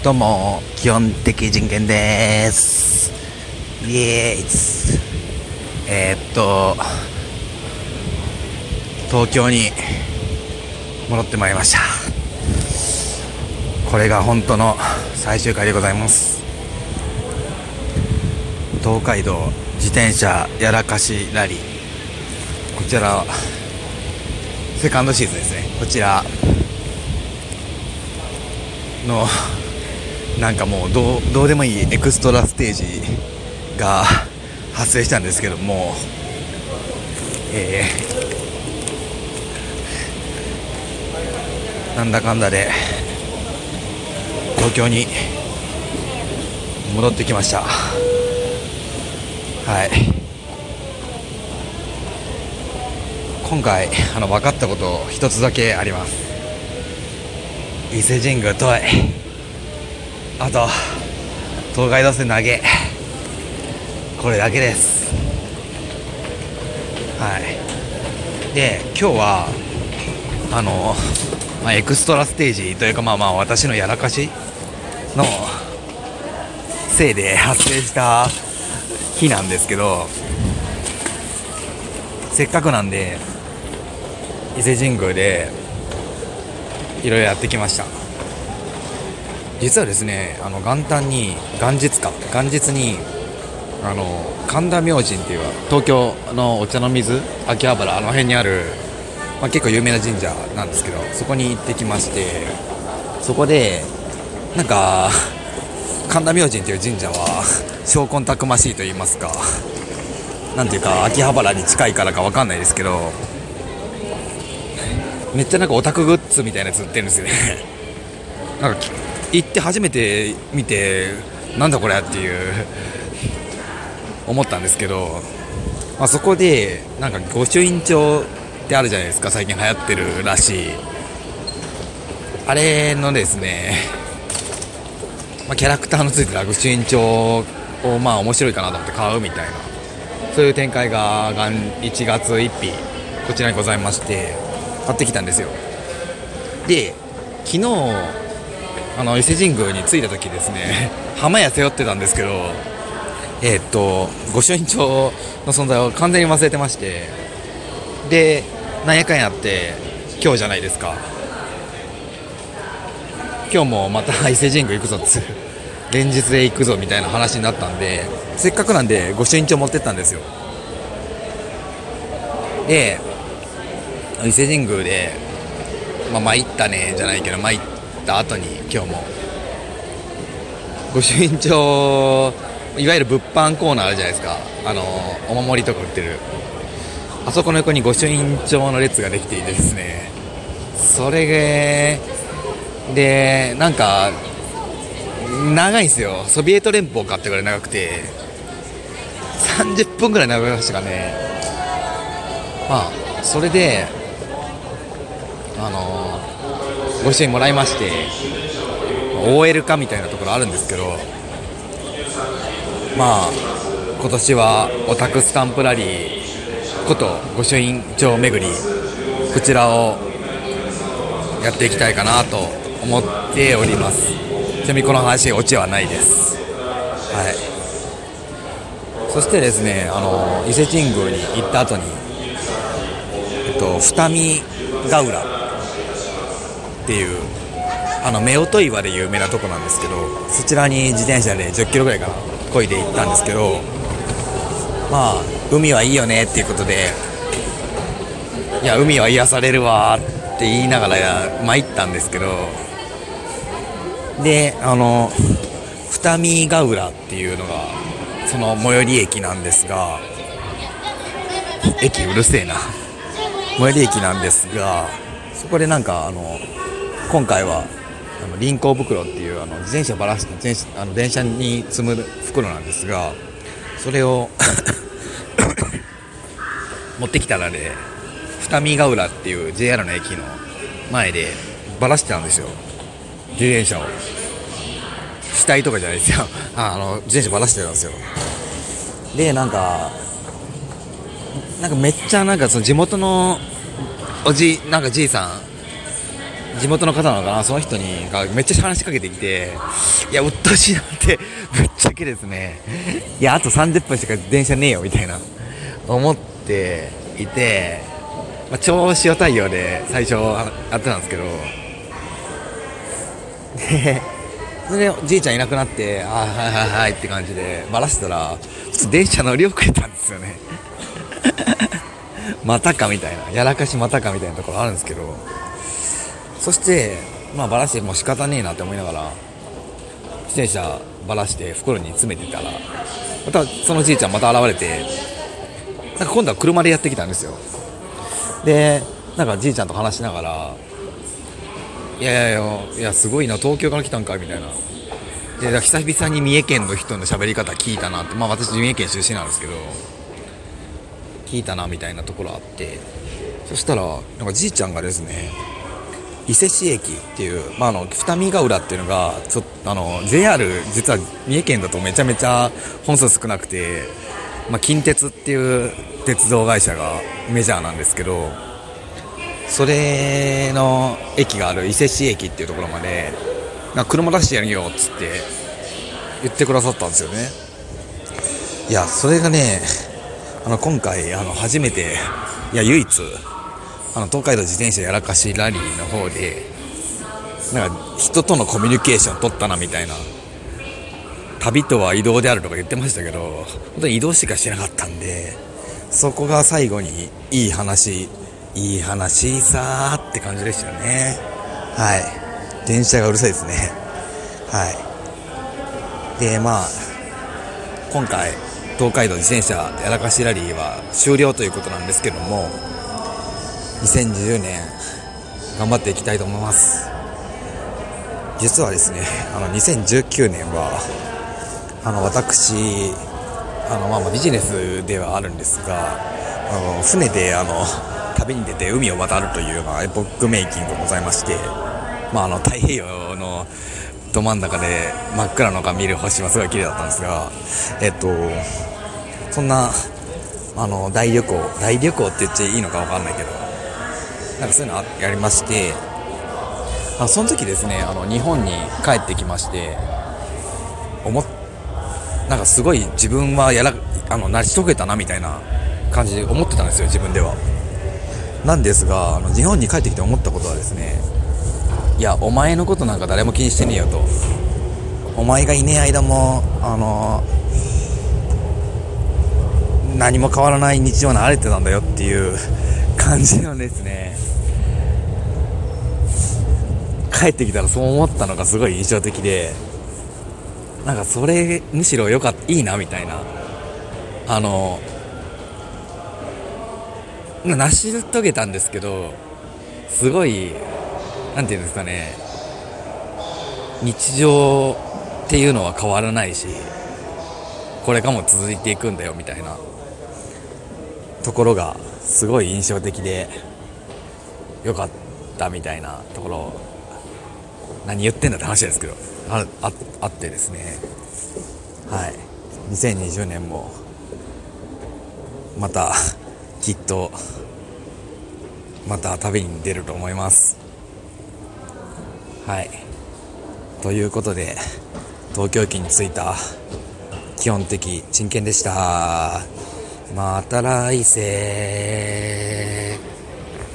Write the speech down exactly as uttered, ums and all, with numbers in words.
どうも基本的人権です。イエーイ。えー、っと東京に戻ってまいりました。これが本当の最終回でございます。東海道自転車やらかしラリー、こちらセカンドシーズンですね。こちらのなんかもうどう、どうでもいいエクストラステージが発生したんですけども、えー、なんだかんだで東京に戻ってきました。はい、今回あの分かったこと一つだけあります。伊勢神宮遠い、あと東海道線投げ、これだけです。はい。で今日はあの、まあ、エクストラステージというかまあまあ私のやらかしのせいで発生した日なんですけど、せっかくなんで伊勢神宮でいろいろやってきました。実はですね、あの元旦に元日か元日にあの神田明神っていう東京のお茶の水秋葉原あの辺にある、まあ、結構有名な神社なんですけど、そこに行ってきまして、そこでなんか神田明神っていう神社は証拠たくましいと言いますか、なんていうか秋葉原に近いからかわかんないですけど、めっちゃなんかオタクグッズみたいなやつ売ってるんですよね。なんか行って初めて見てなんだこれっていう思ったんですけど、まあ、そこでなんか御朱印帳ってあるじゃないですか、最近流行ってるらしい。あれのですね、まあ、キャラクターのついてた御朱印帳をまあ面白いかなと思って買うみたいな、そういう展開がいちがつついたちこちらにございまして、買ってきたんですよ。で昨日あの伊勢神宮に着いた時ですね、浜屋背負ってたんですけど、えー、っと御朱印帳の存在を完全に忘れてまして、でなんやかんやって今日じゃないですか。今日もまた伊勢神宮行くぞっつ連日で行くぞみたいな話になったんで、せっかくなんで御朱印帳持ってったんですよ。で伊勢神宮で、まあ、参ったねじゃないけど参った後に今日も御朱印帳、いわゆる物販コーナーあるじゃないですか、あのお守りとか売ってるあそこの横に御朱印帳の列ができていてですね、それでなんか長いんですよ。ソビエト連邦かってぐらい長くてさんじゅっぷんぐらい長いましたかね。まあそれであのー、ご朱印もらいまして オーエル 化みたいなところあるんですけど、まあ今年はオタクスタンプラリーこと御朱印帳巡り、こちらをやっていきたいかなと思っております。ちなみにこの話オチはないです。はい。そしてですね、あの伊勢神宮に行った後にえっと二見ヶ浦っていうあの夫婦岩で有名なとこなんですけど、そちらに自転車でじゅっキロぐらいかな漕いで行ったんですけど、まあ海はいいよねっていうことで、いや海は癒されるわって言いながら参ったんですけど、であの二見ヶ浦っていうのがその最寄り駅なんですが、駅うるせえな最寄り駅なんですが、そこでなんかあの今回はあの輪行袋っていうあの自転車ばらし自転車あの電車に積む袋なんですが、それを持ってきたらね、二見ヶ浦っていう ジェイアール の駅の前でばらしてたんですよ、自転車を。死体とかじゃないですよあの自転車ばらしてたんですよ。でなんかなんかめっちゃなんかその地元のおじなんかじいさ地元の方なのかな、その人にがめっちゃ話しかけてきて、いや、うっとうしいなってぶっちゃけですね、いや、あとさんじゅっぷんしか電車ねえよみたいな思っていて、まあ、超塩対応で最初やってたんですけど、でそれでじいちゃんいなくなって、あーはいはいはいって感じでバラしたら、ちょっと電車乗り遅れたんですよねまたかみたいな、やらかしまたかみたいなところあるんですけど、そしてまあバラしてもう仕方ねえなって思いながら自転車バラして袋に詰めてたら、またそのじいちゃんまた現れて、なんか今度は車でやってきたんですよ。でなんかじいちゃんと話しながら、いやいやいやいやすごいな、東京から来たんかみたいな、で久々に三重県の人の喋り方聞いたなって、まあ私三重県出身なんですけど聞いたなみたいなところあって、そしたらなんかじいちゃんがですね、伊勢市駅っていう、まあ、あの二見ヶ浦っていうのがちょっとあの ジェイアール 実は三重県だとめちゃめちゃ本数少なくて、まあ、近鉄っていう鉄道会社がメジャーなんですけど、それの駅がある伊勢市駅っていうところまでなんか車出してやるよっつって言ってくださったんですよね。いやそれがね、あの今回あの初めて、いや唯一あの東海道自転車やらかしラリーの方でなんか人とのコミュニケーション取ったなみたいな、旅とは移動であるとか言ってましたけど、本当に移動しかしてなかったんで、そこが最後にいい話いい話さーって感じでしたよね。はい、電車がうるさいですね。はい。でまあ今回東海道自転車やらかしラリーは終了ということなんですけども、にせんじゅうねん頑張っていきたいと思います。実はですね、あのにせんじゅうきゅうねんはあの私あの、まあ、まあビジネスではあるんですが、あの船であの旅に出て海を渡るというようなエポックメイキングがございまして、まあ、あの太平洋のど真ん中で真っ暗の中見る星はすごい綺麗だったんですが、えっとそんなあの大旅行大旅行って言っちゃいいのか分かんないけど、なんかそういうのやりまして、あその時ですね、あの日本に帰ってきまして、思っなんかすごい自分はやらあの成し遂げたなみたいな感じで思ってたんですよ、自分では。なんですが、あの日本に帰ってきて思ったことはですね、いやお前のことなんか誰も気にしてねえよと、お前がいねえ間もあの何も変わらない日常が慣れてたんだよっていう感じのですね、帰ってきたらそう思ったのがすごい印象的で、なんかそれむしろよかったいいなみたいな、あの成し遂げたんですけど、すごいなんていうんですかね、日常っていうのは変わらないしこれからも続いていくんだよみたいなところがすごい印象的でよかったみたいなところ、何言ってんだって話ですけど あ, あ, あってですね、はい、にせんにじゅうねんもまたきっとまた旅に出ると思います。はい、ということで東京駅に着いた基本的珍見でした。また来世。